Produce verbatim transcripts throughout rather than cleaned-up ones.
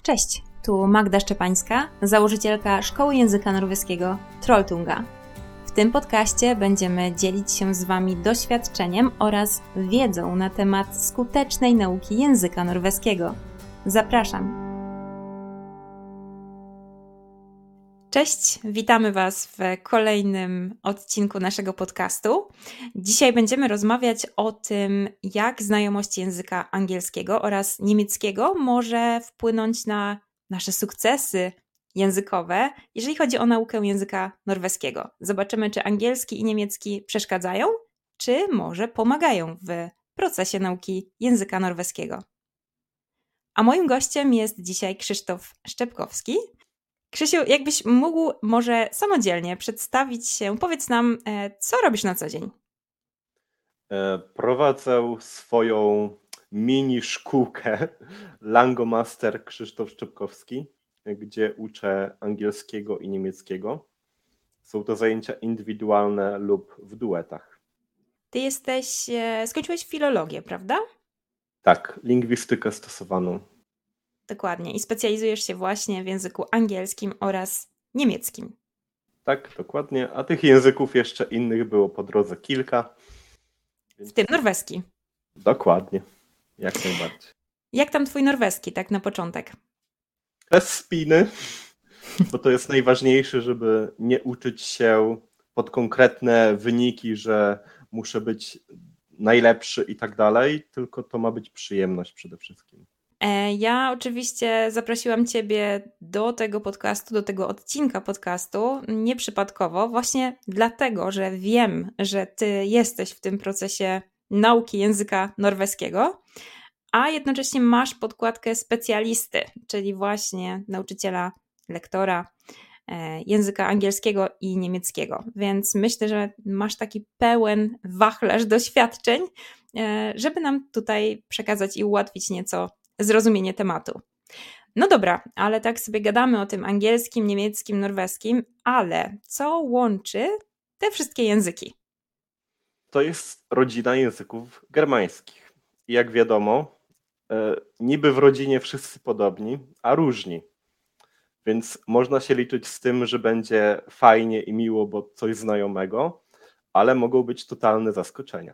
Cześć, tu Magda Szczepańska, założycielka Szkoły Języka Norweskiego Trolltunga. W tym podcaście będziemy dzielić się z Wami doświadczeniem oraz wiedzą na temat skutecznej nauki języka norweskiego. Zapraszam! Cześć, witamy Was w kolejnym odcinku naszego podcastu. Dzisiaj będziemy rozmawiać o tym, jak znajomość języka angielskiego oraz niemieckiego może wpłynąć na nasze sukcesy językowe, jeżeli chodzi o naukę języka norweskiego. Zobaczymy, czy angielski i niemiecki przeszkadzają, czy może pomagają w procesie nauki języka norweskiego. A moim gościem jest dzisiaj Krzysztof Szczepkowski. Krzysiu, jakbyś mógł może samodzielnie przedstawić się, powiedz nam, co robisz na co dzień? Prowadzę swoją mini szkółkę Langomaster Krzysztof Szczepkowski, gdzie uczę angielskiego i niemieckiego. Są to zajęcia indywidualne lub w duetach. Ty jesteś, skończyłeś filologię, prawda? Tak, lingwistykę stosowaną. Dokładnie. I specjalizujesz się właśnie w języku angielskim oraz niemieckim. Tak, dokładnie. A tych języków jeszcze innych było po drodze kilka. W tym norweski. Dokładnie. Jak najbardziej. Jak tam twój norweski, tak na początek? Bez spiny, bo to jest najważniejsze, żeby nie uczyć się pod konkretne wyniki, że muszę być najlepszy i tak dalej, tylko to ma być przyjemność przede wszystkim. Ja oczywiście zaprosiłam Ciebie do tego podcastu, do tego odcinka podcastu nieprzypadkowo, właśnie dlatego, że wiem, że Ty jesteś w tym procesie nauki języka norweskiego, a jednocześnie masz podkładkę specjalisty, czyli właśnie nauczyciela, lektora języka angielskiego i niemieckiego. Więc myślę, że masz taki pełen wachlarz doświadczeń, żeby nam tutaj przekazać i ułatwić nieco zrozumienie tematu. No dobra, ale tak sobie gadamy o tym angielskim, niemieckim, norweskim, ale co łączy te wszystkie języki? To jest rodzina języków germańskich. I jak wiadomo, niby w rodzinie wszyscy podobni, a różni. Więc można się liczyć z tym, że będzie fajnie i miło, bo coś znajomego, ale mogą być totalne zaskoczenia.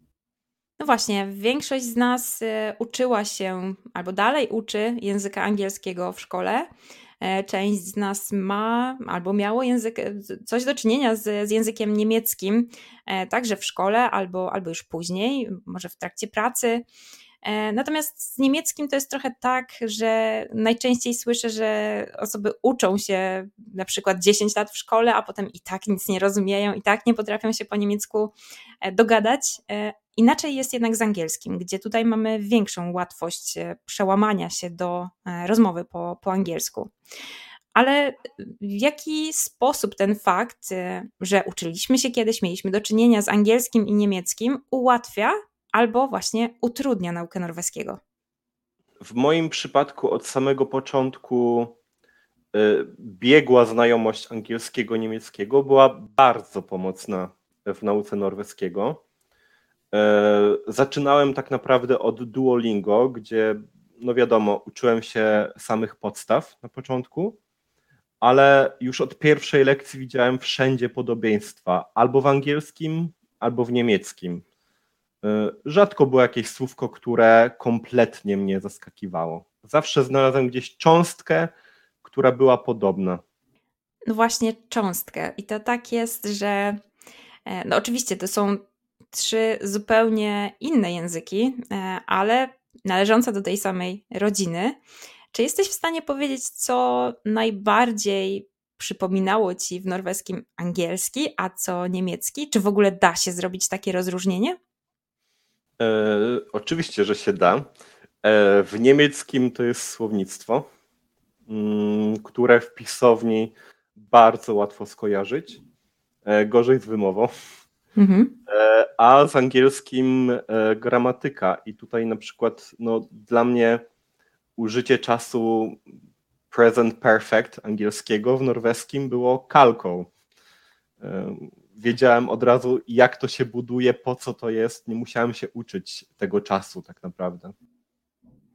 No właśnie, większość z nas uczyła się albo dalej uczy języka angielskiego w szkole. Część z nas ma albo miało język, coś do czynienia z, z językiem niemieckim, także w szkole albo, albo już później, może w trakcie pracy. Natomiast z niemieckim to jest trochę tak, że najczęściej słyszę, że osoby uczą się na przykład dziesięć lat w szkole, a potem i tak nic nie rozumieją, i tak nie potrafią się po niemiecku dogadać. Inaczej jest jednak z angielskim, gdzie tutaj mamy większą łatwość przełamania się do rozmowy po, po angielsku. Ale w jaki sposób ten fakt, że uczyliśmy się kiedyś, mieliśmy do czynienia z angielskim i niemieckim, ułatwia albo właśnie utrudnia naukę norweskiego? W moim przypadku od samego początku biegła znajomość angielskiego, niemieckiego była bardzo pomocna w nauce norweskiego. Zaczynałem tak naprawdę od Duolingo, gdzie, no wiadomo, uczyłem się samych podstaw na początku, ale już od pierwszej lekcji widziałem wszędzie podobieństwa, albo w angielskim, albo w niemieckim. Rzadko było jakieś słówko, które kompletnie mnie zaskakiwało. Zawsze znalazłem gdzieś cząstkę, która była podobna. No właśnie cząstkę. I to tak jest, że no oczywiście to są trzy zupełnie inne języki, ale należące do tej samej rodziny. Czy jesteś w stanie powiedzieć, co najbardziej przypominało Ci w norweskim angielski, a co niemiecki? Czy w ogóle da się zrobić takie rozróżnienie? E, oczywiście, że się da. E, w niemieckim to jest słownictwo, m, które w pisowni bardzo łatwo skojarzyć. E, gorzej z wymową. Mhm. E, a z angielskim e, gramatyka. I tutaj na przykład no, dla mnie użycie czasu present perfect angielskiego w norweskim było kalką. E, wiedziałem od razu, jak to się buduje, po co to jest. Nie musiałem się uczyć tego czasu tak naprawdę.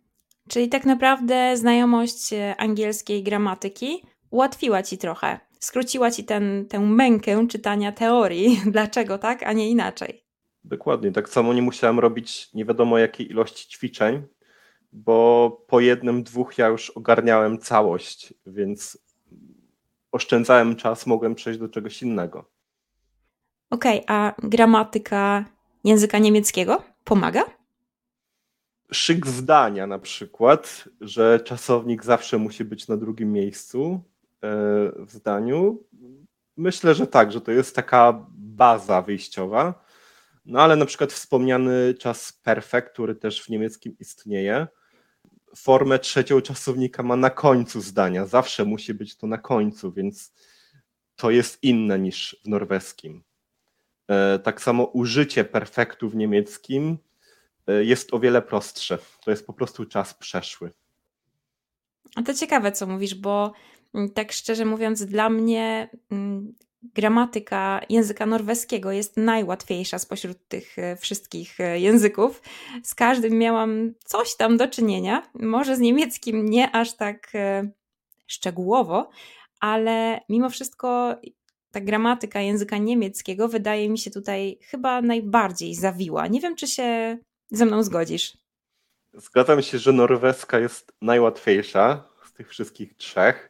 Czyli tak naprawdę znajomość angielskiej gramatyki ułatwiła ci trochę, skróciła ci ten, tę mękę czytania teorii. Dlaczego tak, a nie inaczej? Dokładnie, tak samo nie musiałem robić nie wiadomo jakiej ilości ćwiczeń, bo po jednym, dwóch ja już ogarniałem całość, więc oszczędzałem czas, mogłem przejść do czegoś innego. Okej, okay, a gramatyka języka niemieckiego pomaga? Szyk zdania na przykład, że czasownik zawsze musi być na drugim miejscu w zdaniu. Myślę, że tak, że to jest taka baza wyjściowa. No ale na przykład wspomniany czas perfekt, który też w niemieckim istnieje, formę trzecią czasownika ma na końcu zdania. Zawsze musi być to na końcu, więc to jest inne niż w norweskim. Tak samo użycie perfektu w niemieckim jest o wiele prostsze. To jest po prostu czas przeszły. A to ciekawe, co mówisz, bo tak szczerze mówiąc, dla mnie gramatyka języka norweskiego jest najłatwiejsza spośród tych wszystkich języków. Z każdym miałam coś tam do czynienia. Może z niemieckim nie aż tak szczegółowo, ale mimo wszystko ta gramatyka języka niemieckiego wydaje mi się tutaj chyba najbardziej zawiła. Nie wiem, czy się ze mną zgodzisz. Zgadzam się, że norweska jest najłatwiejsza z tych wszystkich trzech,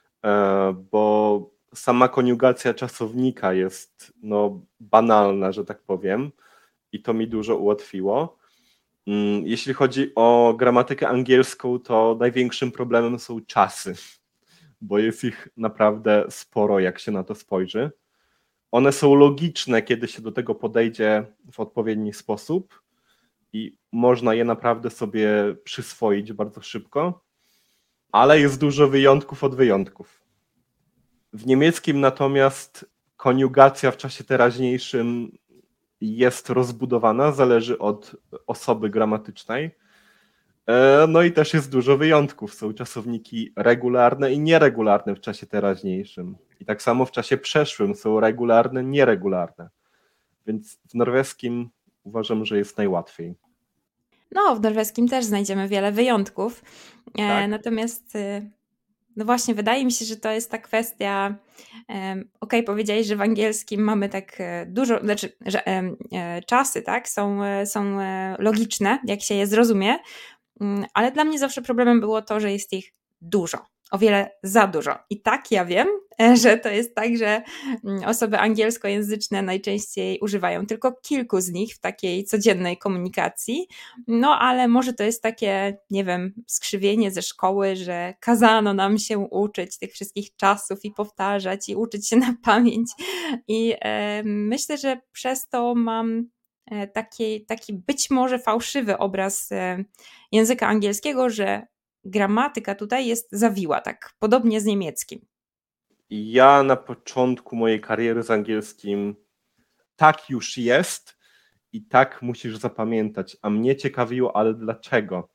bo sama koniugacja czasownika jest no, banalna, że tak powiem, i to mi dużo ułatwiło. Jeśli chodzi o gramatykę angielską, to największym problemem są czasy, bo jest ich naprawdę sporo, jak się na to spojrzy. One są logiczne, kiedy się do tego podejdzie w odpowiedni sposób i można je naprawdę sobie przyswoić bardzo szybko, ale jest dużo wyjątków od wyjątków. W niemieckim natomiast koniugacja w czasie teraźniejszym jest rozbudowana, zależy od osoby gramatycznej. No i też jest dużo wyjątków. Są czasowniki regularne i nieregularne w czasie teraźniejszym. I tak samo w czasie przeszłym są regularne, nieregularne. Więc w norweskim uważam, że jest najłatwiej. No, w norweskim też znajdziemy wiele wyjątków. Tak? Natomiast no właśnie, wydaje mi się, że to jest ta kwestia, okej, okay, powiedziałeś, że w angielskim mamy tak dużo, znaczy, że czasy, tak, są, są logiczne, jak się je zrozumie, ale dla mnie zawsze problemem było to, że jest ich dużo, o wiele za dużo. I tak ja wiem, że to jest tak, że osoby angielskojęzyczne najczęściej używają tylko kilku z nich w takiej codziennej komunikacji, no ale może to jest takie, nie wiem, skrzywienie ze szkoły, że kazano nam się uczyć tych wszystkich czasów i powtarzać i uczyć się na pamięć i e, myślę, że przez to mam taki, taki być może fałszywy obraz języka angielskiego, że gramatyka tutaj jest zawiła, tak podobnie z niemieckim. Ja na początku mojej kariery z angielskim tak już jest i tak musisz zapamiętać, a mnie ciekawiło, ale dlaczego?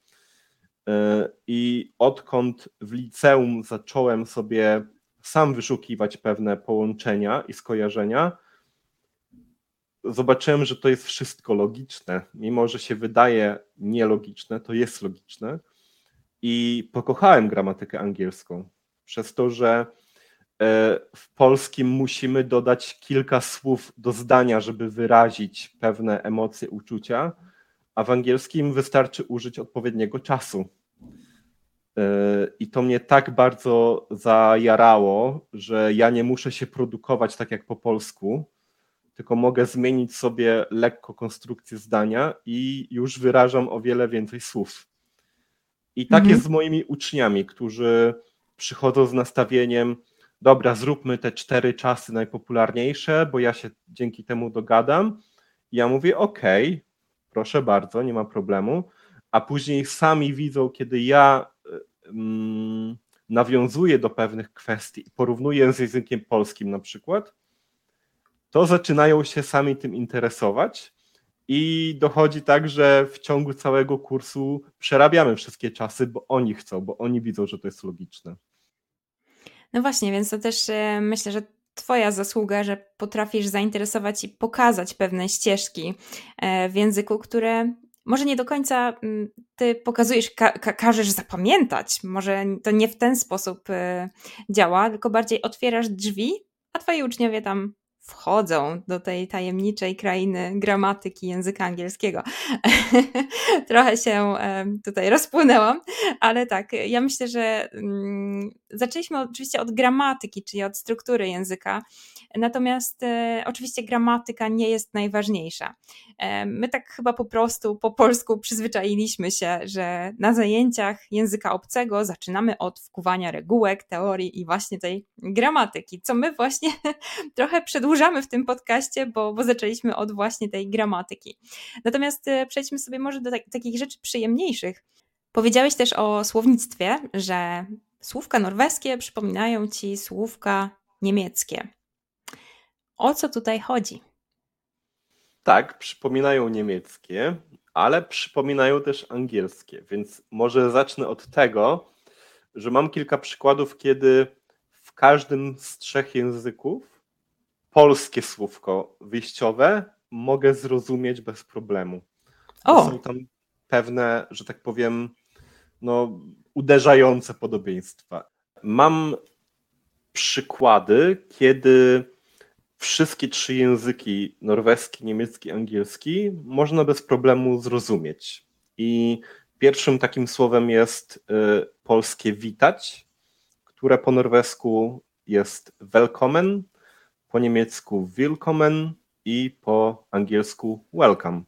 I odkąd w liceum zacząłem sobie sam wyszukiwać pewne połączenia i skojarzenia, zobaczyłem, że to jest wszystko logiczne. Mimo że się wydaje nielogiczne, to jest logiczne. I pokochałem gramatykę angielską. Przez to, że w polskim musimy dodać kilka słów do zdania, żeby wyrazić pewne emocje, uczucia, a w angielskim wystarczy użyć odpowiedniego czasu. I to mnie tak bardzo zajarało, że ja nie muszę się produkować tak jak po polsku, tylko mogę zmienić sobie lekko konstrukcję zdania i już wyrażam o wiele więcej słów. I tak mhm. jest z moimi uczniami, którzy przychodzą z nastawieniem: dobra, zróbmy te cztery czasy najpopularniejsze, bo ja się dzięki temu dogadam. I ja mówię: okej, okay, proszę bardzo, nie ma problemu. A później sami widzą, kiedy ja mm, nawiązuję do pewnych kwestii i porównuję z językiem polskim na przykład, to zaczynają się sami tym interesować i dochodzi tak, że w ciągu całego kursu przerabiamy wszystkie czasy, bo oni chcą, bo oni widzą, że to jest logiczne. No właśnie, więc to też myślę, że twoja zasługa, że potrafisz zainteresować i pokazać pewne ścieżki w języku, które może nie do końca ty pokazujesz, ka- ka- każesz zapamiętać, może to nie w ten sposób y, działa, tylko bardziej otwierasz drzwi, a twoi uczniowie tam wchodzą do tej tajemniczej krainy gramatyki języka angielskiego. Trochę się tutaj rozpłynęłam, ale tak, ja myślę, że mm, zaczęliśmy oczywiście od gramatyki, czyli od struktury języka, natomiast e, oczywiście gramatyka nie jest najważniejsza. E, my tak chyba po prostu po polsku przyzwyczailiśmy się, że na zajęciach języka obcego zaczynamy od wkuwania regułek, teorii i właśnie tej gramatyki, co my właśnie trochę przedłużamy w tym podcaście, bo, bo zaczęliśmy od właśnie tej gramatyki. Natomiast e, przejdźmy sobie może do tak, takich rzeczy przyjemniejszych. Powiedziałeś też o słownictwie, że słówka norweskie przypominają ci słówka niemieckie. O co tutaj chodzi? Tak, przypominają niemieckie, ale przypominają też angielskie, więc może zacznę od tego, że mam kilka przykładów, kiedy w każdym z trzech języków polskie słówko wyjściowe mogę zrozumieć bez problemu. Bo są tam pewne, że tak powiem, no, uderzające podobieństwa. Mam przykłady, kiedy wszystkie trzy języki, norweski, niemiecki, angielski, można bez problemu zrozumieć. I pierwszym takim słowem jest y, polskie witać, które po norwesku jest welkommen, po niemiecku willkommen i po angielsku welcome.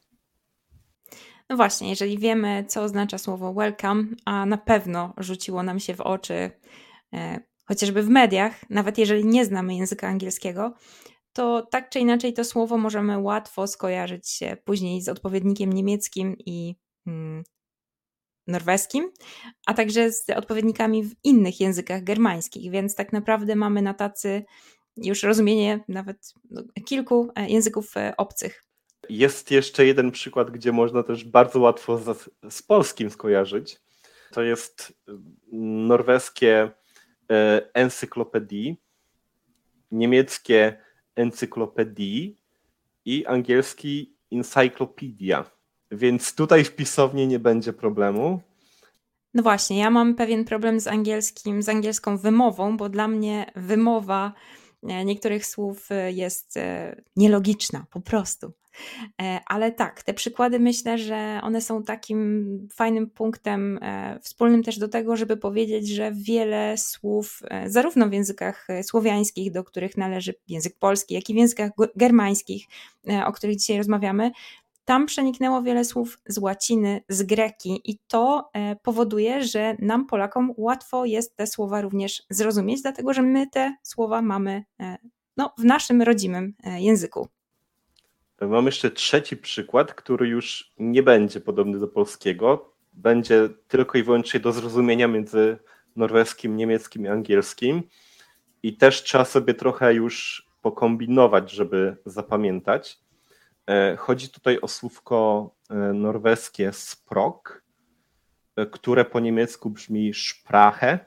No właśnie, jeżeli wiemy, co oznacza słowo welcome, a na pewno rzuciło nam się w oczy, e, chociażby w mediach, nawet jeżeli nie znamy języka angielskiego, to tak czy inaczej to słowo możemy łatwo skojarzyć się później z odpowiednikiem niemieckim i mm, norweskim, a także z odpowiednikami w innych językach germańskich, więc tak naprawdę mamy na tacy już rozumienie nawet no, kilku języków obcych. Jest jeszcze jeden przykład, gdzie można też bardzo łatwo z, z polskim skojarzyć. To jest norweskie e, encyklopedii, niemieckie encyklopedii i angielski encyclopedia. Więc tutaj w pisowni nie będzie problemu. No właśnie, ja mam pewien problem z angielskim, z angielską wymową, bo dla mnie wymowa niektórych słów jest nielogiczna, po prostu. Ale tak, te przykłady myślę, że one są takim fajnym punktem wspólnym też do tego, żeby powiedzieć, że wiele słów, zarówno w językach słowiańskich, do których należy język polski, jak i w językach germańskich, o których dzisiaj rozmawiamy, tam przeniknęło wiele słów z łaciny, z greki i to powoduje, że nam Polakom łatwo jest te słowa również zrozumieć, dlatego że my te słowa mamy no, w naszym rodzimym języku. Mam jeszcze trzeci przykład, który już nie będzie podobny do polskiego. Będzie tylko i wyłącznie do zrozumienia między norweskim, niemieckim i angielskim. I też trzeba sobie trochę już pokombinować, żeby zapamiętać. Chodzi tutaj o słówko norweskie sprok, które po niemiecku brzmi Sprache,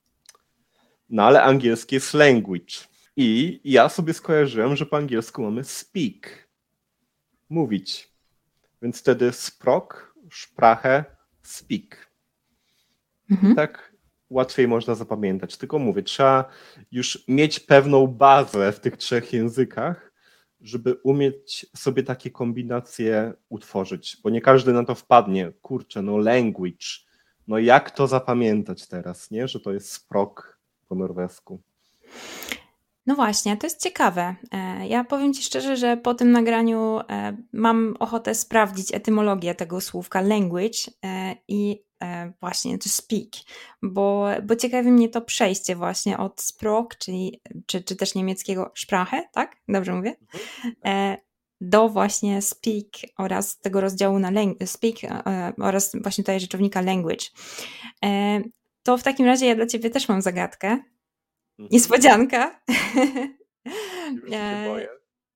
no ale angielskie jest language. I ja sobie skojarzyłem, że po angielsku mamy speak, mówić. Więc wtedy sprok, Sprache, speak. Mhm. I tak łatwiej można zapamiętać. Tylko mówię, trzeba już mieć pewną bazę w tych trzech językach, żeby umieć sobie takie kombinacje utworzyć, bo nie każdy na to wpadnie. Kurczę, no language, no jak to zapamiętać teraz, nie? Że to jest sprok po norwesku. No właśnie, to jest ciekawe. Ja powiem Ci szczerze, że po tym nagraniu mam ochotę sprawdzić etymologię tego słówka language i właśnie to speak, bo, bo ciekawi mnie to przejście właśnie od sprok, czyli czy, czy też niemieckiego Sprache, tak? Dobrze mówię? Do właśnie speak oraz tego rozdziału na lang- speak oraz właśnie tutaj rzeczownika language. To w takim razie ja dla Ciebie też mam zagadkę. Niespodzianka. Już się boję.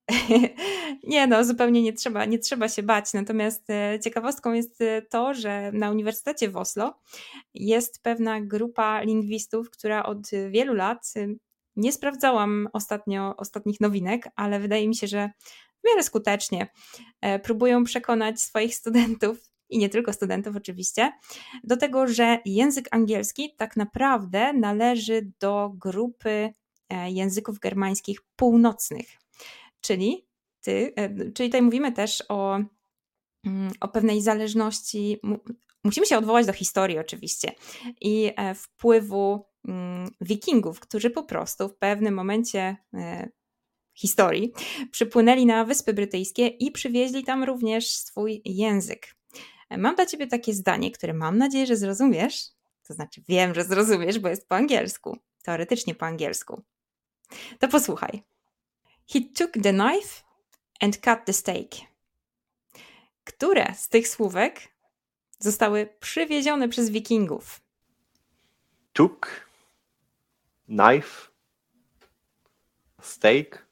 Nie no, zupełnie nie trzeba, nie trzeba się bać. Natomiast ciekawostką jest to, że na Uniwersytecie w Oslo jest pewna grupa lingwistów, która od wielu lat, nie sprawdzałam ostatnio ostatnich nowinek, ale wydaje mi się, że w miarę skutecznie próbują przekonać swoich studentów i nie tylko studentów oczywiście, do tego, że język angielski tak naprawdę należy do grupy języków germańskich północnych, czyli, ty, czyli tutaj mówimy też o, o pewnej zależności, musimy się odwołać do historii oczywiście i wpływu wikingów, którzy po prostu w pewnym momencie historii przypłynęli na Wyspy Brytyjskie i przywieźli tam również swój język. Mam dla ciebie takie zdanie, które mam nadzieję, że zrozumiesz, to znaczy wiem, że zrozumiesz, bo jest po angielsku, teoretycznie po angielsku. To posłuchaj. He took the knife and cut the steak. Które z tych słówek zostały przywiezione przez wikingów? Took, knife, steak.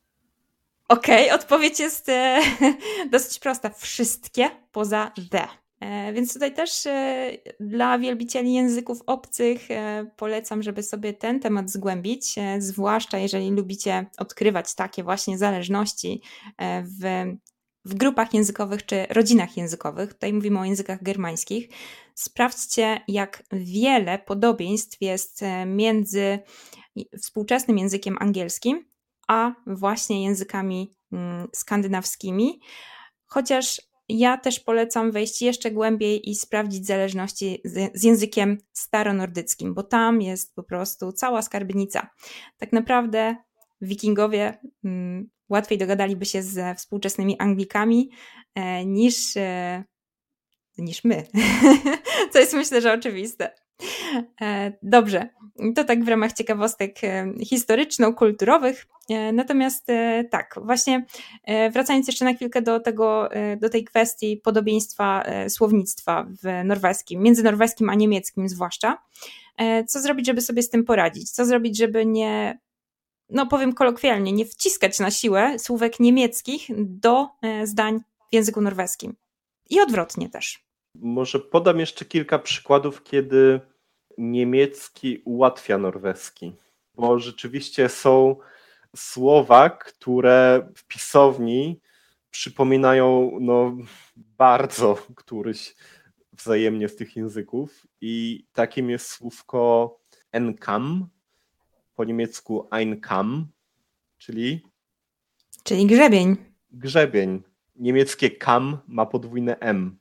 Okej, okay, odpowiedź jest e, dosyć prosta. Wszystkie poza the. E, więc tutaj też e, dla wielbicieli języków obcych e, polecam, żeby sobie ten temat zgłębić, e, zwłaszcza jeżeli lubicie odkrywać takie właśnie zależności e, w, w grupach językowych czy rodzinach językowych. Tutaj mówimy o językach germańskich. Sprawdźcie, jak wiele podobieństw jest między współczesnym językiem angielskim a właśnie językami skandynawskimi, chociaż ja też polecam wejść jeszcze głębiej i sprawdzić zależności z, z językiem staronordyckim, bo tam jest po prostu cała skarbnica. Tak naprawdę wikingowie mm, łatwiej dogadaliby się ze współczesnymi Anglikami e, niż, e, niż my, co jest myślę, że oczywiste. Dobrze, to tak w ramach ciekawostek historyczno-kulturowych. Natomiast tak, właśnie wracając jeszcze na chwilkę do tego, do tej kwestii podobieństwa słownictwa w norweskim, między norweskim a niemieckim zwłaszcza. Co zrobić, żeby sobie z tym poradzić? Co zrobić, żeby nie, no powiem kolokwialnie, nie wciskać na siłę słówek niemieckich do zdań w języku norweskim? I odwrotnie też. Może podam jeszcze kilka przykładów, kiedy niemiecki ułatwia norweski, bo rzeczywiście są słowa, które w pisowni przypominają no, bardzo któryś wzajemnie z tych języków i takim jest słówko enkam, po niemiecku einkam, czyli czyli grzebień. Grzebień. Niemieckie kam ma podwójne M.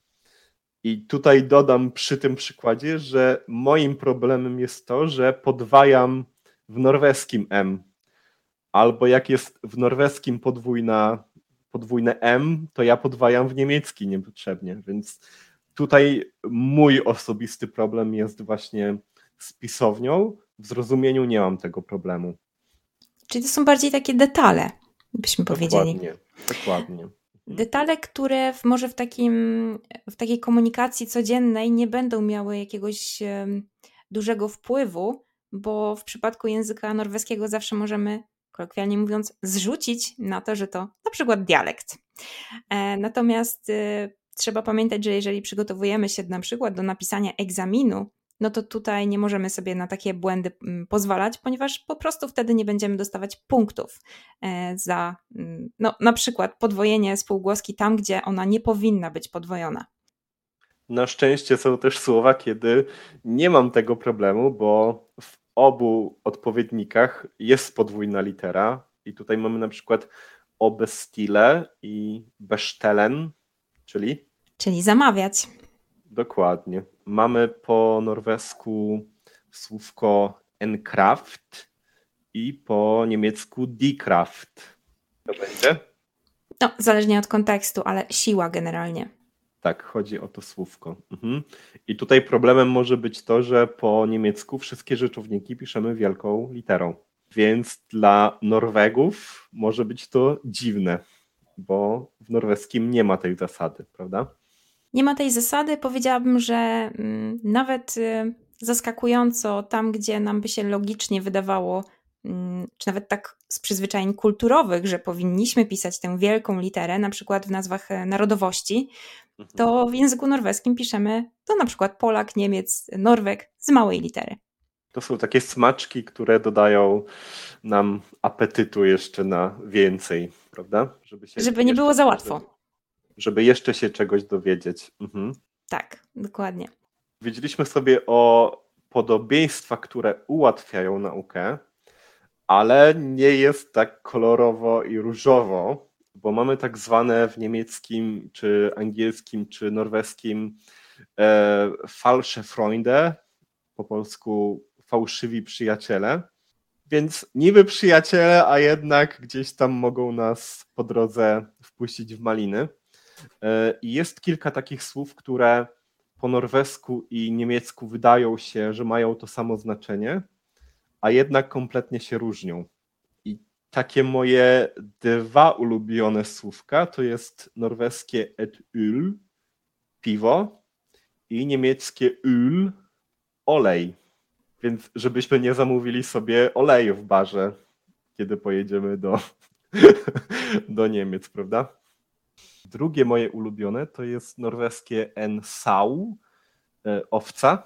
I tutaj dodam przy tym przykładzie, że moim problemem jest to, że podwajam w norweskim M. Albo jak jest w norweskim podwójna, podwójne M, to ja podwajam w niemiecki niepotrzebnie. Więc tutaj mój osobisty problem jest właśnie z pisownią. W zrozumieniu nie mam tego problemu. Czyli to są bardziej takie detale, byśmy powiedzieli. Dokładnie, dokładnie. Detale, które w, może w, takim, w takiej komunikacji codziennej nie będą miały jakiegoś um, dużego wpływu, bo w przypadku języka norweskiego zawsze możemy, kolokwialnie mówiąc, zrzucić na to, że to na przykład dialekt. E, natomiast e, trzeba pamiętać, że jeżeli przygotowujemy się na przykład do napisania egzaminu, no to tutaj nie możemy sobie na takie błędy pozwalać, ponieważ po prostu wtedy nie będziemy dostawać punktów za no, na przykład podwojenie spółgłoski tam, gdzie ona nie powinna być podwojona. Na szczęście są też słowa, kiedy nie mam tego problemu, bo w obu odpowiednikach jest podwójna litera i tutaj mamy na przykład obestile i bestellen, czyli? Czyli zamawiać. Dokładnie. Mamy po norwesku słówko enkraft i po niemiecku die Kraft. To będzie? No, zależnie od kontekstu, ale siła generalnie. Tak, chodzi o to słówko. Mhm. I tutaj problemem może być to, że po niemiecku wszystkie rzeczowniki piszemy wielką literą. Więc dla Norwegów może być to dziwne, bo w norweskim nie ma tej zasady, prawda? Nie ma tej zasady. Powiedziałabym, że mm, nawet y, zaskakująco tam, gdzie nam by się logicznie wydawało, mm, czy nawet tak z przyzwyczajeń kulturowych, że powinniśmy pisać tę wielką literę, na przykład w nazwach narodowości, mhm. to w języku norweskim piszemy to na przykład Polak, Niemiec, Norweg z małej litery. To są takie smaczki, które dodają nam apetytu jeszcze na więcej, prawda? Żeby, się Żeby nie było za łatwo. Żeby jeszcze się czegoś dowiedzieć. Mhm. Tak, dokładnie. Wiedzieliśmy sobie o podobieństwach, które ułatwiają naukę, ale nie jest tak kolorowo i różowo, bo mamy tak zwane w niemieckim, czy angielskim, czy norweskim e, falsche Freunde, po polsku fałszywi przyjaciele. Więc niby przyjaciele, a jednak gdzieś tam mogą nas po drodze wpuścić w maliny. I jest kilka takich słów, które po norwesku i niemiecku wydają się, że mają to samo znaczenie, a jednak kompletnie się różnią. I takie moje dwa ulubione słówka to jest norweskie et öl, piwo, i niemieckie öl, olej. Więc żebyśmy nie zamówili sobie oleju w barze, kiedy pojedziemy do, do Niemiec, prawda? Drugie moje ulubione to jest norweskie en sau, owca,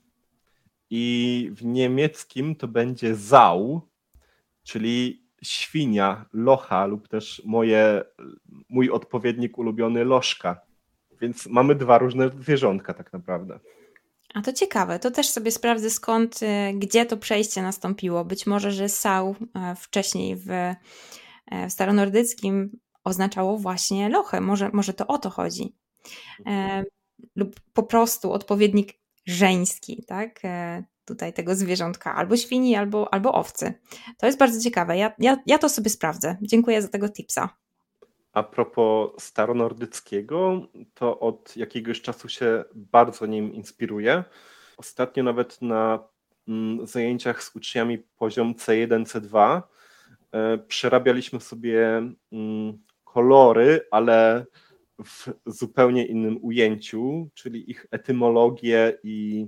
i w niemieckim to będzie zau, czyli świnia, locha, lub też moje, mój odpowiednik ulubiony lożka. Więc mamy dwa różne zwierzątka tak naprawdę. A to ciekawe, to też sobie sprawdzę skąd, gdzie to przejście nastąpiło. Być może, że sau wcześniej w, w staronordyckim oznaczało właśnie lochę. Może, może to o to chodzi. E, lub po prostu odpowiednik żeński, tak? E, tutaj tego zwierzątka, albo świni, albo, albo owcy. To jest bardzo ciekawe. Ja, ja, ja to sobie sprawdzę. Dziękuję za tego tipsa. A propos staronordyckiego, to od jakiegoś czasu się bardzo nim inspiruję. Ostatnio nawet na mm, zajęciach z uczniami poziom C jeden, C dwa e, przerabialiśmy sobie mm, kolory, ale w zupełnie innym ujęciu, czyli ich etymologię i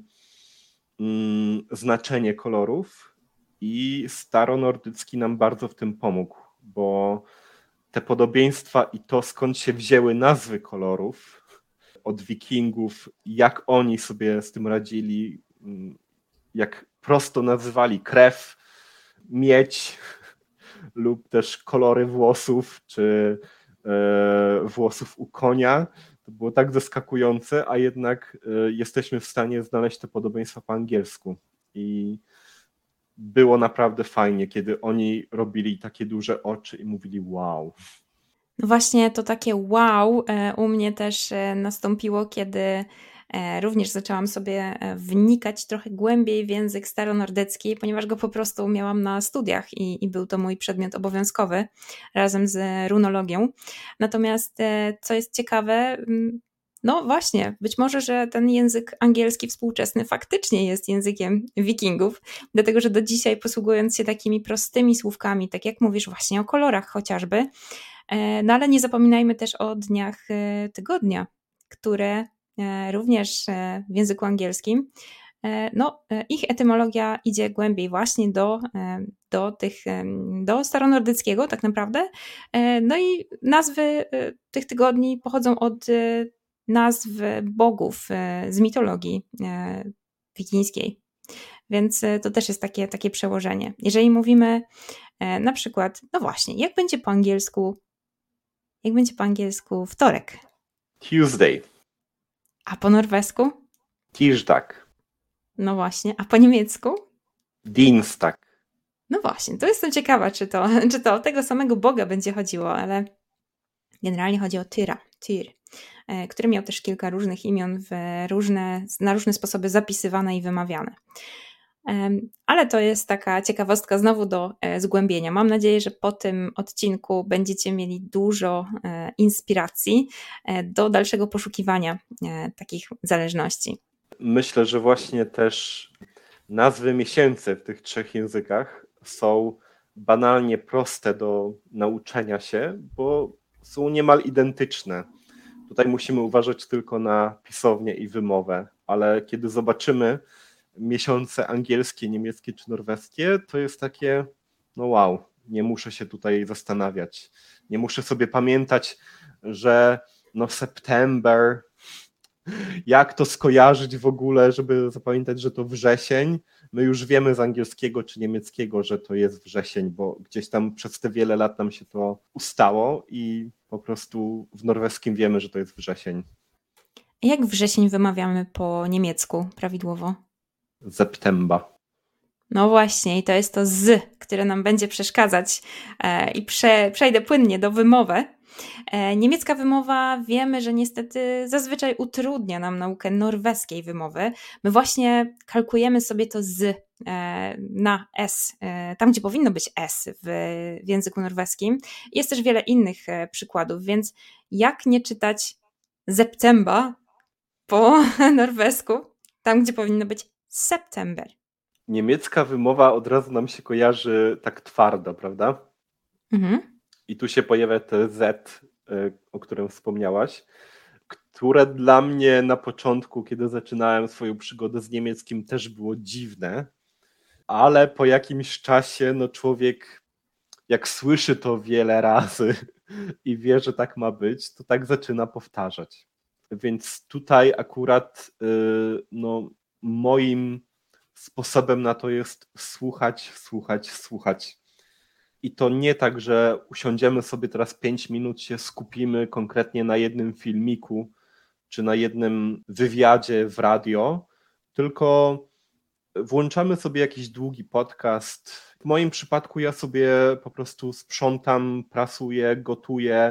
mm, znaczenie kolorów. I staronordycki nam bardzo w tym pomógł, bo te podobieństwa i to, skąd się wzięły nazwy kolorów od wikingów, jak oni sobie z tym radzili, jak prosto nazywali krew, miedź lub też kolory włosów, czy e, włosów u konia. To było tak zaskakujące, a jednak e, jesteśmy w stanie znaleźć te podobieństwa po angielsku. I było naprawdę fajnie, kiedy oni robili takie duże oczy i mówili wow. No właśnie to takie wow u mnie też nastąpiło, kiedy również zaczęłam sobie wnikać trochę głębiej w język staronordycki, ponieważ go po prostu miałam na studiach i, i był to mój przedmiot obowiązkowy razem z runologią. Natomiast co jest ciekawe, no właśnie, być może, że ten język angielski współczesny faktycznie jest językiem wikingów, dlatego że do dzisiaj, posługując się takimi prostymi słówkami, tak jak mówisz właśnie o kolorach chociażby, no ale nie zapominajmy też o dniach tygodnia, które również w języku angielskim, no ich etymologia idzie głębiej właśnie do, do tych, do staronordyckiego tak naprawdę. No i nazwy tych tygodni pochodzą od nazw bogów z mitologii wikińskiej. Więc to też jest takie, takie przełożenie. Jeżeli mówimy na przykład, no właśnie, jak będzie po angielsku, jak będzie po angielsku wtorek? Tuesday. A po norwesku? Tirsdag. No właśnie, a po niemiecku? Dienstag. No właśnie, to jestem ciekawa, czy to, czy to o tego samego Boga będzie chodziło, ale generalnie chodzi o Tyra, Tyr, który miał też kilka różnych imion w różne, na różne sposoby zapisywane i wymawiane. Ale to jest taka ciekawostka znowu do zgłębienia. Mam nadzieję, że po tym odcinku będziecie mieli dużo inspiracji do dalszego poszukiwania takich zależności. Myślę, że właśnie też nazwy miesięcy w tych trzech językach są banalnie proste do nauczenia się, bo są niemal identyczne. Tutaj musimy uważać tylko na pisownię i wymowę, ale kiedy zobaczymy miesiące angielskie, niemieckie czy norweskie, to jest takie, no wow, nie muszę się tutaj zastanawiać. Nie muszę sobie pamiętać, że no September, jak to skojarzyć w ogóle, żeby zapamiętać, że to wrzesień. my już wiemy z angielskiego czy niemieckiego, że to jest wrzesień, bo gdzieś tam przez te wiele lat nam się to ustało i po prostu w norweskim wiemy, że to jest wrzesień. Jak wrzesień wymawiamy po niemiecku prawidłowo? September. No właśnie, i to jest to z, które nam będzie przeszkadzać e, i prze, przejdę płynnie do wymowy. E, niemiecka wymowa wiemy, że niestety zazwyczaj utrudnia nam naukę norweskiej wymowy. My właśnie kalkujemy sobie to z e, na S, e, tam gdzie powinno być S w, w języku norweskim. Jest też wiele innych e, przykładów, więc jak nie czytać September po norwesku, tam gdzie powinno być September. Niemiecka wymowa od razu nam się kojarzy tak twardo, prawda? Mhm. I tu się pojawia te Z, o którym wspomniałaś, które dla mnie na początku, kiedy zaczynałem swoją przygodę z niemieckim, też było dziwne, ale po jakimś czasie no człowiek, jak słyszy to wiele razy i wie, że tak ma być, to tak zaczyna powtarzać. Więc tutaj akurat no, moim sposobem na to jest słuchać, słuchać, słuchać. I to nie tak, że usiądziemy sobie teraz pięć minut, się skupimy konkretnie na jednym filmiku czy na jednym wywiadzie w radio, tylko włączamy sobie jakiś długi podcast. W moim przypadku ja sobie po prostu sprzątam, prasuję, gotuję,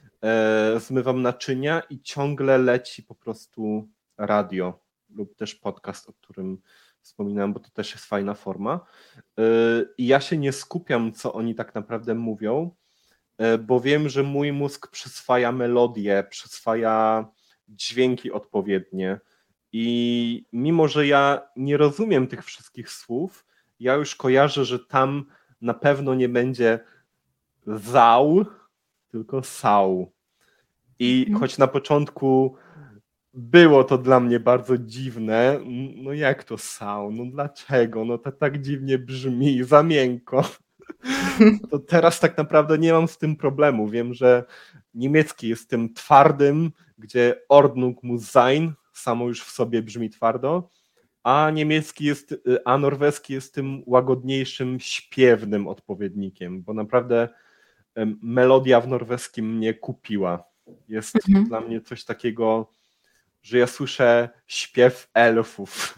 e, zmywam naczynia i ciągle leci po prostu radio lub też podcast, o którym wspominałem, bo to też jest fajna forma. I ja się nie skupiam, co oni tak naprawdę mówią, bo wiem, że mój mózg przyswaja melodię, przyswaja dźwięki odpowiednie i mimo, że ja nie rozumiem tych wszystkich słów, ja już kojarzę, że tam na pewno nie będzie zał, tylko sał. I Mhm. choć na początku było to dla mnie bardzo dziwne, no jak to sał, no dlaczego, no to tak dziwnie brzmi, za miękko. To teraz tak naprawdę nie mam z tym problemu. Wiem, że niemiecki jest tym twardym, gdzie Ordnung muss sein, samo już w sobie brzmi twardo, a niemiecki jest, a norweski jest tym łagodniejszym, śpiewnym odpowiednikiem, bo naprawdę melodia w norweskim mnie kupiła. Jest Mhm. dla mnie coś takiego, że ja słyszę śpiew elfów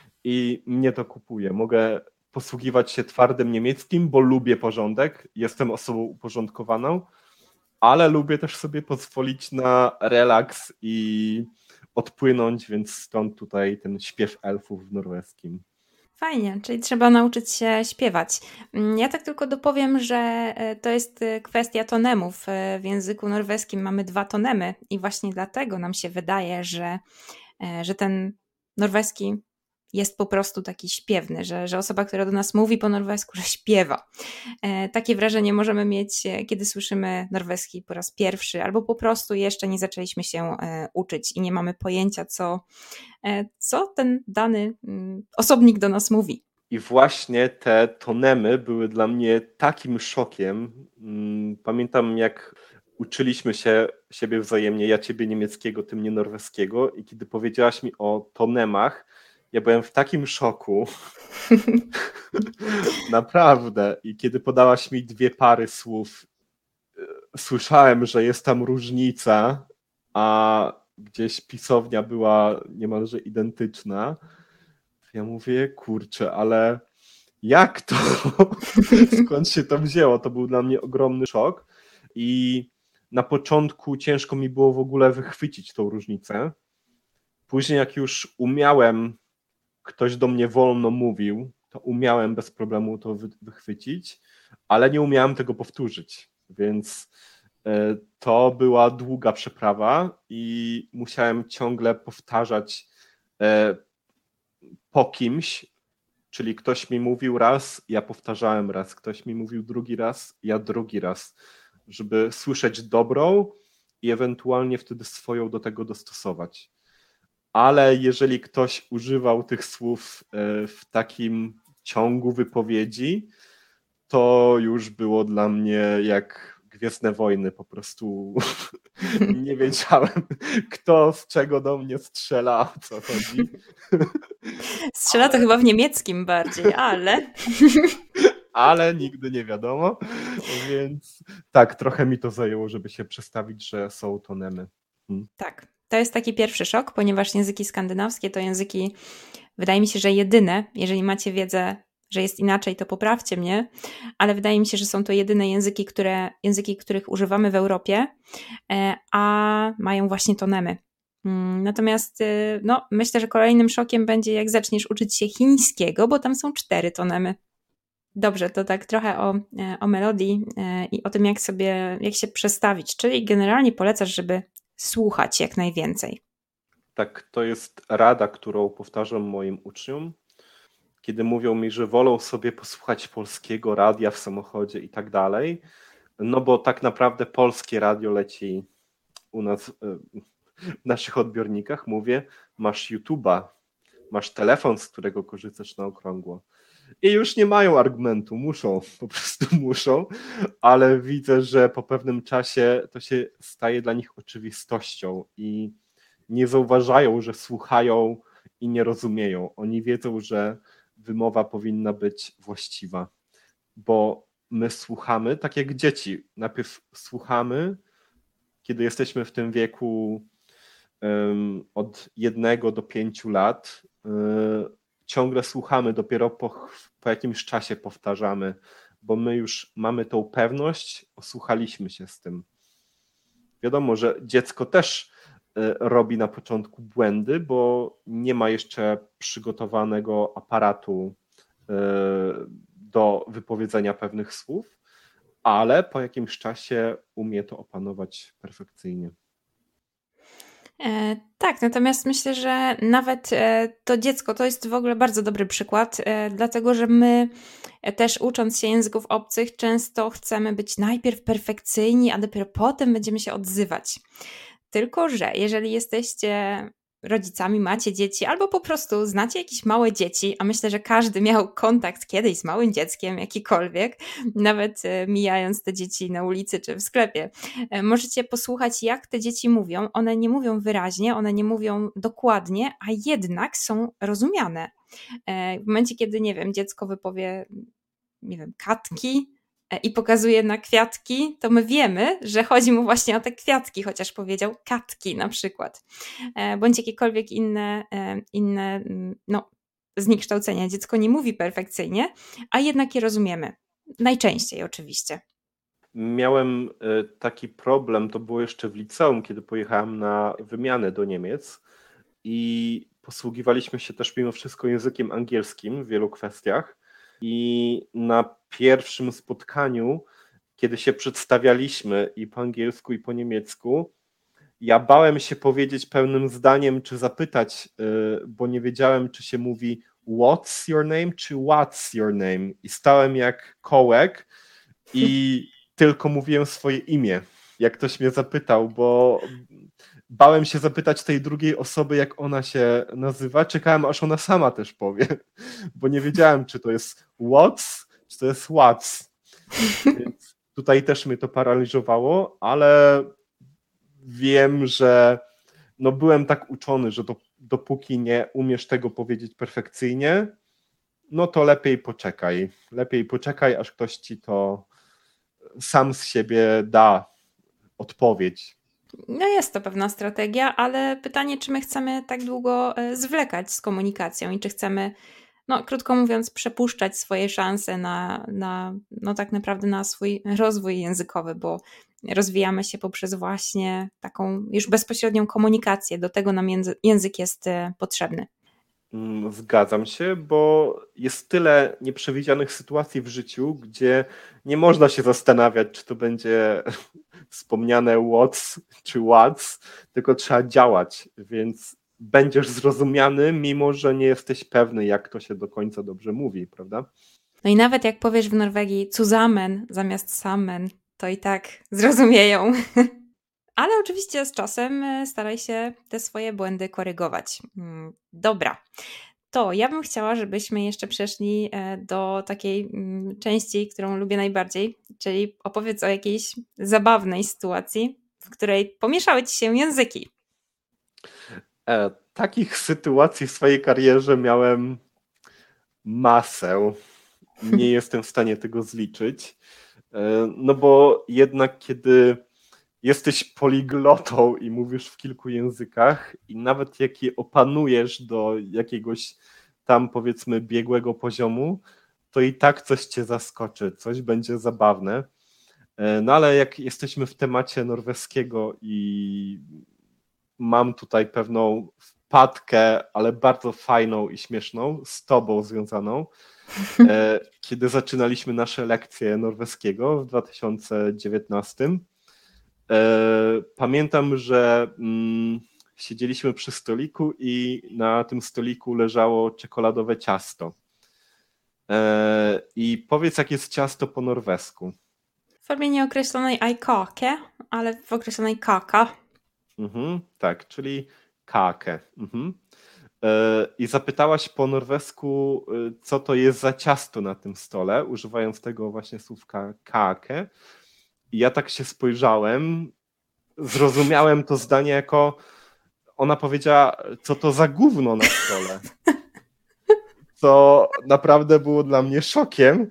i mnie to kupuje. Mogę posługiwać się twardym niemieckim, bo lubię porządek, jestem osobą uporządkowaną, ale lubię też sobie pozwolić na relaks i odpłynąć, więc stąd tutaj ten śpiew elfów w norweskim. Fajnie, czyli trzeba nauczyć się śpiewać. Ja tak tylko dopowiem, że to jest kwestia tonemów. W języku norweskim mamy dwa tonemy i właśnie dlatego nam się wydaje, że, że ten norweski jest po prostu taki śpiewny, że, że osoba, która do nas mówi po norwesku, że śpiewa. Takie wrażenie możemy mieć, kiedy słyszymy norweski po raz pierwszy, albo po prostu jeszcze nie zaczęliśmy się uczyć i nie mamy pojęcia, co, co ten dany osobnik do nas mówi. I właśnie te tonemy były dla mnie takim szokiem. Pamiętam, jak uczyliśmy się siebie wzajemnie, ja ciebie niemieckiego, ty mnie norweskiego, i kiedy powiedziałaś mi o tonemach, ja byłem w takim szoku. Naprawdę. I kiedy podałaś mi dwie pary słów, słyszałem, że jest tam różnica, a gdzieś pisownia była niemalże identyczna. Ja mówię, kurczę, ale jak to? Skąd się to wzięło? To był dla mnie ogromny szok i na początku ciężko mi było w ogóle wychwycić tą różnicę. Później jak już umiałem, ktoś do mnie wolno mówił, to umiałem bez problemu to wychwycić, ale nie umiałem tego powtórzyć, więc to była długa przeprawa i musiałem ciągle powtarzać po kimś, czyli ktoś mi mówił raz, ja powtarzałem raz, ktoś mi mówił drugi raz, ja drugi raz, żeby słyszeć dobrą i ewentualnie wtedy swoją do tego dostosować. Ale jeżeli ktoś używał tych słów w takim ciągu wypowiedzi, to już było dla mnie jak Gwiezdne Wojny, po prostu nie wiedziałem, kto z czego do mnie strzela, o co chodzi. Strzela ale... to chyba w niemieckim bardziej, ale... ale nigdy nie wiadomo, więc tak, trochę mi to zajęło, żeby się przestawić, że są to nemy. Hmm. Tak, to jest taki pierwszy szok, ponieważ języki skandynawskie to języki, wydaje mi się, że jedyne, jeżeli macie wiedzę, że jest inaczej, to poprawcie mnie, ale wydaje mi się, że są to jedyne języki, które, języki, których używamy w Europie, a mają właśnie to nemy. Natomiast no, myślę, że kolejnym szokiem będzie, jak zaczniesz uczyć się chińskiego, bo tam są cztery tonemy. Dobrze, to tak trochę o, o melodii i o tym, jak sobie, jak się przestawić. Czyli generalnie polecasz, żeby słuchać jak najwięcej. Tak, to jest rada, którą powtarzam moim uczniom, kiedy mówią mi, że wolą sobie posłuchać polskiego radia w samochodzie i tak dalej, no bo tak naprawdę polskie radio leci u nas w naszych odbiornikach. Mówię, masz YouTube'a, masz telefon, z którego korzystasz na okrągło. I już nie mają argumentu, muszą, po prostu muszą, ale widzę, że po pewnym czasie to się staje dla nich oczywistością i nie zauważają, że słuchają i nie rozumieją. Oni wiedzą, że wymowa powinna być właściwa, bo my słuchamy, tak jak dzieci. Najpierw słuchamy, kiedy jesteśmy w tym wieku um, od jednego do pięciu lat, um, ciągle słuchamy, dopiero po, po jakimś czasie powtarzamy, bo my już mamy tą pewność, osłuchaliśmy się z tym. Wiadomo, że dziecko też robi na początku błędy, bo nie ma jeszcze przygotowanego aparatu do wypowiedzenia pewnych słów, ale po jakimś czasie umie to opanować perfekcyjnie. E, tak, natomiast myślę, że nawet e, to dziecko to jest w ogóle bardzo dobry przykład, e, dlatego że my e, też ucząc się języków obcych często chcemy być najpierw perfekcyjni, a dopiero potem będziemy się odzywać. Tylko że jeżeli jesteście rodzicami, macie dzieci albo po prostu znacie jakieś małe dzieci, a myślę, że każdy miał kontakt kiedyś z małym dzieckiem, jakikolwiek, nawet mijając te dzieci na ulicy czy w sklepie, możecie posłuchać, jak te dzieci mówią. One nie mówią wyraźnie, one nie mówią dokładnie, a jednak są rozumiane. W momencie, kiedy, nie wiem, dziecko wypowie, nie wiem, katki, i pokazuje na kwiatki, to my wiemy, że chodzi mu właśnie o te kwiatki, chociaż powiedział katki na przykład. Bądź jakiekolwiek inne, inne no, zniekształcenia. Dziecko nie mówi perfekcyjnie, a jednak je rozumiemy. Najczęściej oczywiście. Miałem taki problem, to było jeszcze w liceum, kiedy pojechałem na wymianę do Niemiec i posługiwaliśmy się też mimo wszystko językiem angielskim w wielu kwestiach. I na pierwszym spotkaniu, kiedy się przedstawialiśmy i po angielsku, i po niemiecku, ja bałem się powiedzieć pełnym zdaniem, czy zapytać, bo nie wiedziałem, czy się mówi what's your name, czy what's your name. I stałem jak kołek i tylko mówiłem swoje imię, jak ktoś mnie zapytał, bo bałem się zapytać tej drugiej osoby, jak ona się nazywa. Czekałem, aż ona sama też powie, bo nie wiedziałem, czy to jest what's, czy to jest what's. Więc tutaj też mnie to paraliżowało, ale wiem, że no byłem tak uczony, że do, dopóki nie umiesz tego powiedzieć perfekcyjnie, no to lepiej poczekaj. Lepiej poczekaj, aż ktoś ci to sam z siebie da odpowiedź. No jest to pewna strategia, ale pytanie, czy my chcemy tak długo zwlekać z komunikacją i czy chcemy, no krótko mówiąc, przepuszczać swoje szanse na, na no tak naprawdę na swój rozwój językowy, bo rozwijamy się poprzez właśnie taką już bezpośrednią komunikację. Do tego nam język jest potrzebny. Zgadzam się, bo jest tyle nieprzewidzianych sytuacji w życiu, gdzie nie można się zastanawiać, czy to będzie wspomniane what's czy what's, tylko trzeba działać, więc będziesz zrozumiany, mimo że nie jesteś pewny, jak to się do końca dobrze mówi, prawda? No i nawet jak powiesz w Norwegii zusammen zamiast sammen, to i tak zrozumieją. Ale oczywiście z czasem staraj się te swoje błędy korygować. Dobra. to ja bym chciała, żebyśmy jeszcze przeszli do takiej części, którą lubię najbardziej, czyli opowiedz o jakiejś zabawnej sytuacji, w której pomieszały ci się języki. E, takich sytuacji w swojej karierze miałem masę. Nie jestem w stanie tego zliczyć. E, no bo jednak kiedy jesteś poliglotą i mówisz w kilku językach i nawet jak je opanujesz do jakiegoś tam powiedzmy biegłego poziomu, to i tak coś cię zaskoczy, coś będzie zabawne. No ale jak jesteśmy w temacie norweskiego i mam tutaj pewną wpadkę, ale bardzo fajną i śmieszną, z tobą związaną, kiedy zaczynaliśmy nasze lekcje norweskiego w dwa tysiące dziewiętnastym. Pamiętam, że mm, siedzieliśmy przy stoliku i na tym stoliku leżało czekoladowe ciasto. I powiedz, jak jest ciasto po norwesku. W formie nieokreślonej aj kake, ale w określonej kaka. Mhm, tak, czyli kake. Mhm. I zapytałaś po norwesku, co to jest za ciasto na tym stole, używając tego właśnie słówka kake. I ja tak się spojrzałem, zrozumiałem to zdanie jako, ona powiedziała, co to za gówno na stole. Co naprawdę było dla mnie szokiem,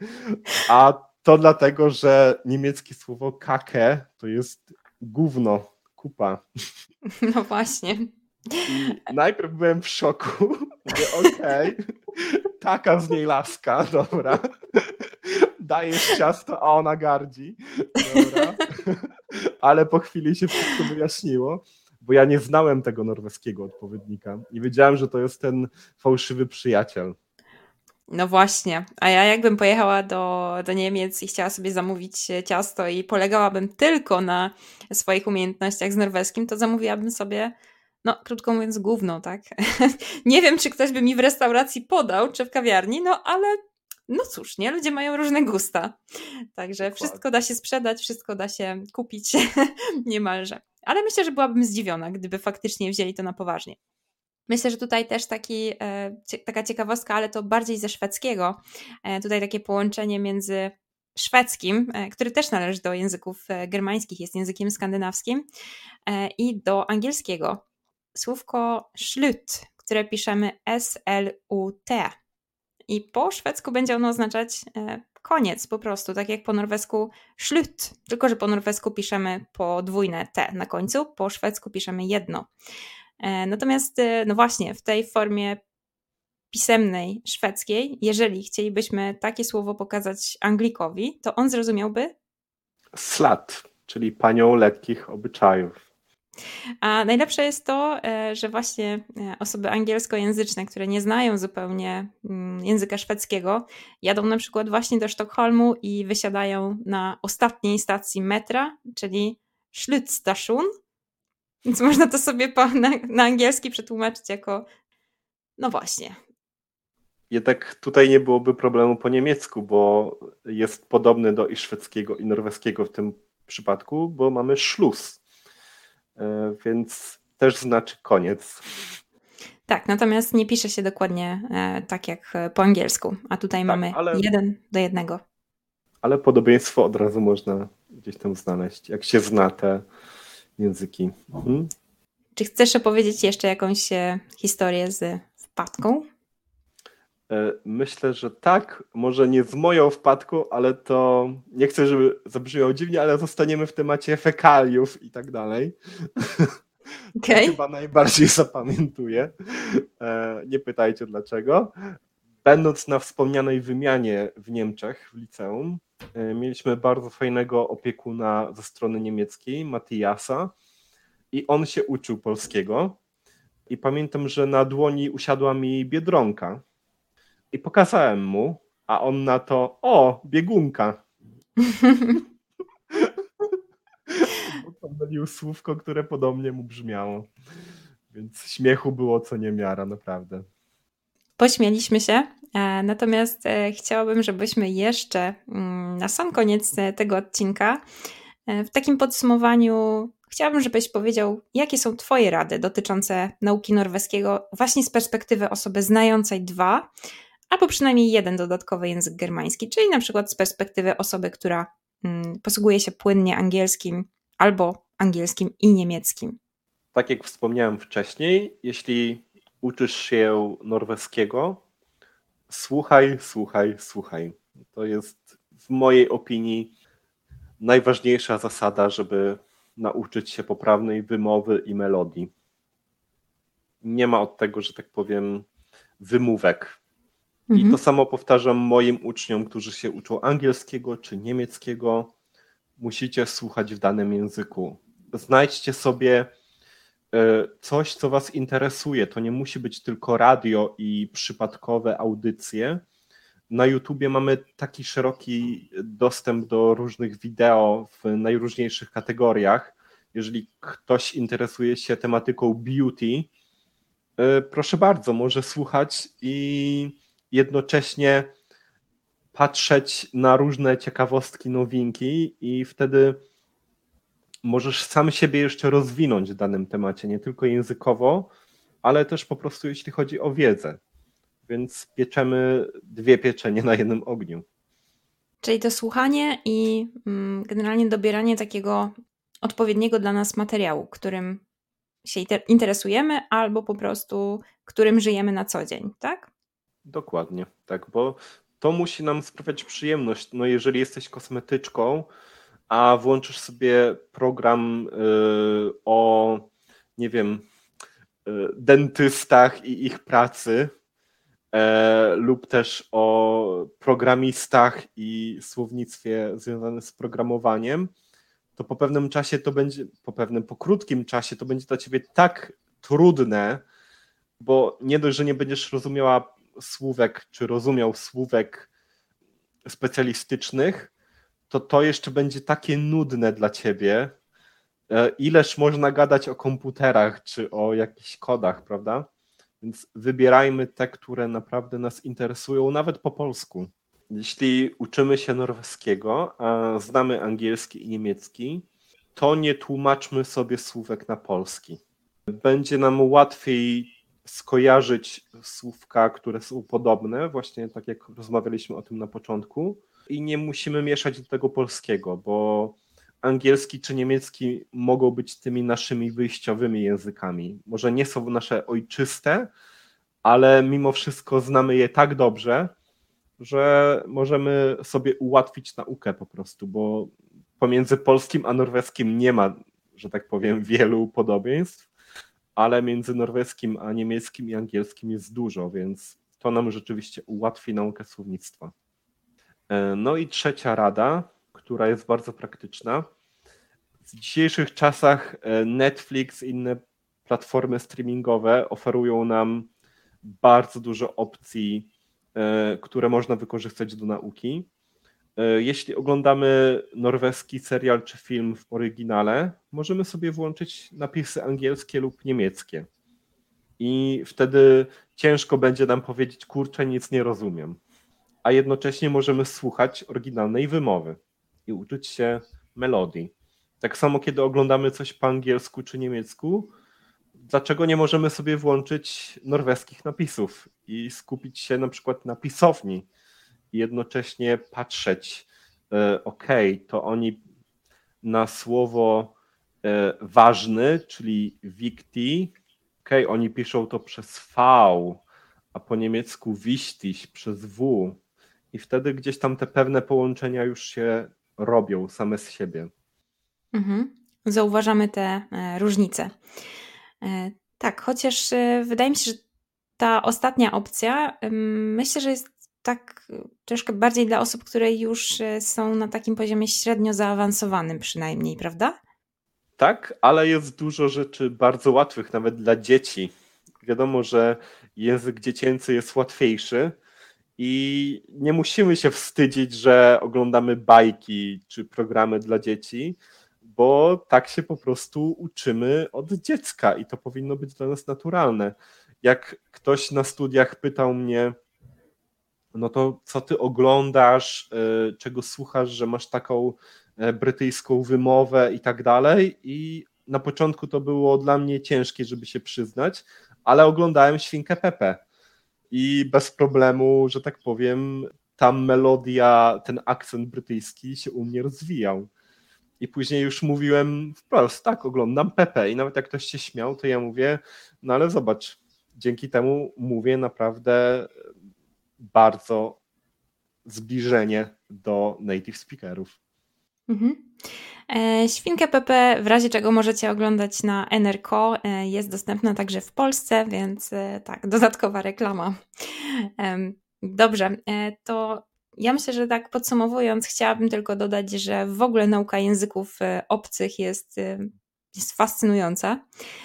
a to dlatego, że niemieckie słowo kake to jest gówno, kupa. No właśnie. I najpierw byłem w szoku, mówię okej, okay, taka z niej laska, dobra. Dajesz ciasto, a ona gardzi, dobra. Ale po chwili się wszystko wyjaśniło, bo ja nie znałem tego norweskiego odpowiednika i wiedziałem, że to jest ten fałszywy przyjaciel. No właśnie, a ja jakbym pojechała do, do Niemiec i chciała sobie zamówić ciasto i polegałabym tylko na swoich umiejętnościach z norweskim, to zamówiłabym sobie, no krótko mówiąc, gówno, tak? Nie wiem, czy ktoś by mi w restauracji podał, czy w kawiarni, no ale no cóż, nie? Ludzie mają różne gusta. Także Dokładnie. Wszystko da się sprzedać, wszystko da się kupić niemalże. Ale myślę, że byłabym zdziwiona, gdyby faktycznie wzięli to na poważnie. Myślę, że tutaj też taki, taka ciekawostka, ale to bardziej ze szwedzkiego. Tutaj takie połączenie między szwedzkim, który też należy do języków germańskich, jest językiem skandynawskim, i do angielskiego. Słówko slut, które piszemy S L U T. I po szwedzku będzie ono oznaczać koniec po prostu, tak jak po norwesku slut, tylko że po norwesku piszemy podwójne T na końcu, po szwedzku piszemy jedno. Natomiast, no właśnie, w tej formie pisemnej szwedzkiej, jeżeli chcielibyśmy takie słowo pokazać Anglikowi, to on zrozumiałby? Slut, czyli panią lekkich obyczajów. A najlepsze jest to, że właśnie osoby angielskojęzyczne, które nie znają zupełnie języka szwedzkiego, jadą na przykład właśnie do Sztokholmu i wysiadają na ostatniej stacji metra, czyli Slutstation. Więc można to sobie po, na, na angielski przetłumaczyć jako no właśnie. Jednak tutaj nie byłoby problemu po niemiecku, bo jest podobny do i szwedzkiego, i norweskiego w tym przypadku, bo mamy Schluss, więc też znaczy koniec. Tak, natomiast nie pisze się dokładnie e, tak jak po angielsku, a tutaj tak, mamy ale, jeden do jednego. Ale podobieństwo od razu można gdzieś tam znaleźć, jak się zna te języki. Mhm. Czy chcesz opowiedzieć jeszcze jakąś historię z wpadką? Myślę, że tak. Może nie z moją wpadką, ale to nie chcę, żeby zabrzmiało dziwnie, ale zostaniemy w temacie fekaliów i tak dalej. Okay. To chyba najbardziej zapamiętuję. Nie pytajcie dlaczego. Będąc na wspomnianej wymianie w Niemczech, w liceum, mieliśmy bardzo fajnego opiekuna ze strony niemieckiej, Matthiasa, i on się uczył polskiego. I pamiętam, że na dłoni usiadła mi Biedronka. I pokazałem mu, a on na to, o, biegunka. Bo pomylił słówko, które podobnie mu brzmiało. Więc śmiechu było co niemiara, naprawdę. Pośmieliśmy się, natomiast chciałabym, żebyśmy jeszcze na sam koniec tego odcinka w takim podsumowaniu Chciałabym, żebyś powiedział, jakie są Twoje rady dotyczące nauki norweskiego właśnie z perspektywy osoby znającej dwa, albo przynajmniej jeden dodatkowy język germański, czyli na przykład z perspektywy osoby, która mm, posługuje się płynnie angielskim albo angielskim i niemieckim. Tak jak wspomniałem wcześniej, jeśli uczysz się norweskiego, słuchaj, słuchaj, słuchaj. To jest w mojej opinii najważniejsza zasada, żeby nauczyć się poprawnej wymowy i melodii. Nie ma od tego, że tak powiem, wymówek. Mhm. I to samo powtarzam moim uczniom, którzy się uczą angielskiego czy niemieckiego. Musicie słuchać w danym języku. Znajdźcie sobie coś, co was interesuje. To nie musi być tylko radio i przypadkowe audycje. Na YouTubie mamy taki szeroki dostęp do różnych wideo w najróżniejszych kategoriach. Jeżeli ktoś interesuje się tematyką beauty, proszę bardzo, może słuchać i jednocześnie patrzeć na różne ciekawostki, nowinki i wtedy możesz sam siebie jeszcze rozwinąć w danym temacie, nie tylko językowo, ale też po prostu jeśli chodzi o wiedzę. Więc pieczemy dwie pieczenie na jednym ogniu. Czyli to słuchanie i generalnie dobieranie takiego odpowiedniego dla nas materiału, którym się interesujemy albo po prostu którym żyjemy na co dzień, tak? Dokładnie, tak, bo to musi nam sprawiać przyjemność. No jeżeli jesteś kosmetyczką, a włączysz sobie program y, o, nie wiem, y, dentystach i ich pracy, e, lub też o programistach i słownictwie związanym z programowaniem, to po pewnym czasie to będzie, po pewnym, po krótkim czasie to będzie dla ciebie tak trudne, bo nie dość, że nie będziesz rozumiała słówek, czy rozumiał słówek specjalistycznych, to to jeszcze będzie takie nudne dla ciebie, ileż można gadać o komputerach, czy o jakichś kodach, prawda? Więc wybierajmy te, które naprawdę nas interesują, nawet po polsku. Jeśli uczymy się norweskiego, a znamy angielski i niemiecki, to nie tłumaczmy sobie słówek na polski. Będzie nam łatwiej skojarzyć słówka, które są podobne, właśnie tak jak rozmawialiśmy o tym na początku, i nie musimy mieszać do tego polskiego, bo angielski czy niemiecki mogą być tymi naszymi wyjściowymi językami. Może nie są nasze ojczyste, ale mimo wszystko znamy je tak dobrze, że możemy sobie ułatwić naukę po prostu, bo pomiędzy polskim a norweskim nie ma, że tak powiem, wielu podobieństw, ale między norweskim a niemieckim i angielskim jest dużo, więc to nam rzeczywiście ułatwi naukę słownictwa. No i trzecia rada, która jest bardzo praktyczna. W dzisiejszych czasach Netflix i inne platformy streamingowe oferują nam bardzo dużo opcji, które można wykorzystać do nauki. Jeśli oglądamy norweski serial czy film w oryginale, możemy sobie włączyć napisy angielskie lub niemieckie. I wtedy ciężko będzie nam powiedzieć, kurczę, nic nie rozumiem. A jednocześnie możemy słuchać oryginalnej wymowy i uczyć się melodii. Tak samo, kiedy oglądamy coś po angielsku czy niemiecku, dlaczego nie możemy sobie włączyć norweskich napisów i skupić się na przykład na pisowni i jednocześnie patrzeć, okej, okay, to oni na słowo ważny, czyli viktig, okej, okay, oni piszą to przez V, a po niemiecku wichtig przez W. I wtedy gdzieś tam te pewne połączenia już się robią same z siebie. Mhm. Zauważamy te e, różnice. E, tak, chociaż e, wydaje mi się, że ta ostatnia opcja, e, myślę, że jest tak troszkę bardziej dla osób, które już e, są na takim poziomie średnio zaawansowanym przynajmniej, prawda? Tak, ale jest dużo rzeczy bardzo łatwych, nawet dla dzieci. Wiadomo, że język dziecięcy jest łatwiejszy, i nie musimy się wstydzić, że oglądamy bajki czy programy dla dzieci, bo tak się po prostu uczymy od dziecka i to powinno być dla nas naturalne. Jak ktoś na studiach pytał mnie, no to co ty oglądasz, czego słuchasz, że masz taką brytyjską wymowę i tak dalej, i na początku to było dla mnie ciężkie, żeby się przyznać, ale oglądałem Świnkę Pepę i bez problemu, że tak powiem, ta melodia, ten akcent brytyjski się u mnie rozwijał. I później już mówiłem wprost, tak, oglądam Pepę i nawet jak ktoś się śmiał, to ja mówię, no ale zobacz, dzięki temu mówię naprawdę bardzo zbliżenie do native speakerów. Mhm. E, Świnkę Pepę w razie czego możecie oglądać na N R K O, e, jest dostępna także w Polsce, więc e, tak, dodatkowa reklama. E, dobrze, e, to ja myślę, że tak podsumowując, chciałabym tylko dodać, że w ogóle nauka języków e, obcych jest, e, jest fascynująca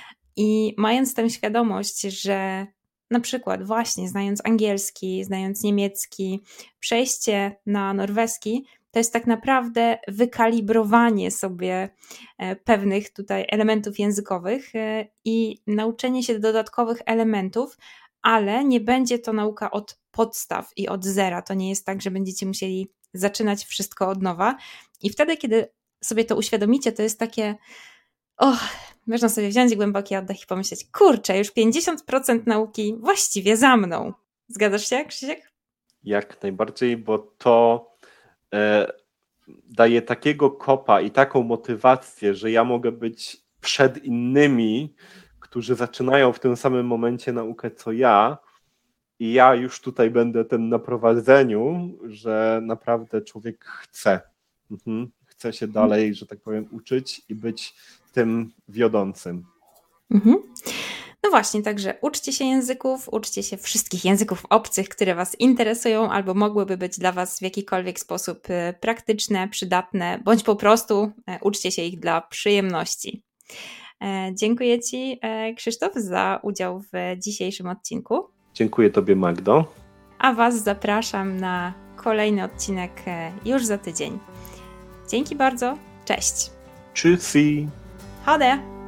i mając tę świadomość, że na przykład właśnie znając angielski, znając niemiecki, przejście na norweski, to jest tak naprawdę wykalibrowanie sobie pewnych tutaj elementów językowych i nauczenie się dodatkowych elementów, ale nie będzie to nauka od podstaw i od zera. To nie jest tak, że będziecie musieli zaczynać wszystko od nowa. I wtedy, kiedy sobie to uświadomicie, to jest takie och, można sobie wziąć głęboki oddech i pomyśleć, kurczę, już pięćdziesiąt procent nauki właściwie za mną. Zgadzasz się, Krzysiek? Jak najbardziej, bo to e, daje takiego kopa i taką motywację, że ja mogę być przed innymi, którzy zaczynają w tym samym momencie naukę co ja i ja już tutaj będę ten na prowadzeniu, że naprawdę człowiek chce. Mhm. Chce się dalej, że tak powiem, uczyć i być tym wiodącym. Mhm. No właśnie, także uczcie się języków, uczcie się wszystkich języków obcych, które Was interesują albo mogłyby być dla Was w jakikolwiek sposób praktyczne, przydatne, bądź po prostu uczcie się ich dla przyjemności. Dziękuję Ci, Krzysztof, za udział w dzisiejszym odcinku. Dziękuję Tobie, Magdo. A Was zapraszam na kolejny odcinek już za tydzień. Dzięki bardzo, cześć. Tschüssi. Ha det!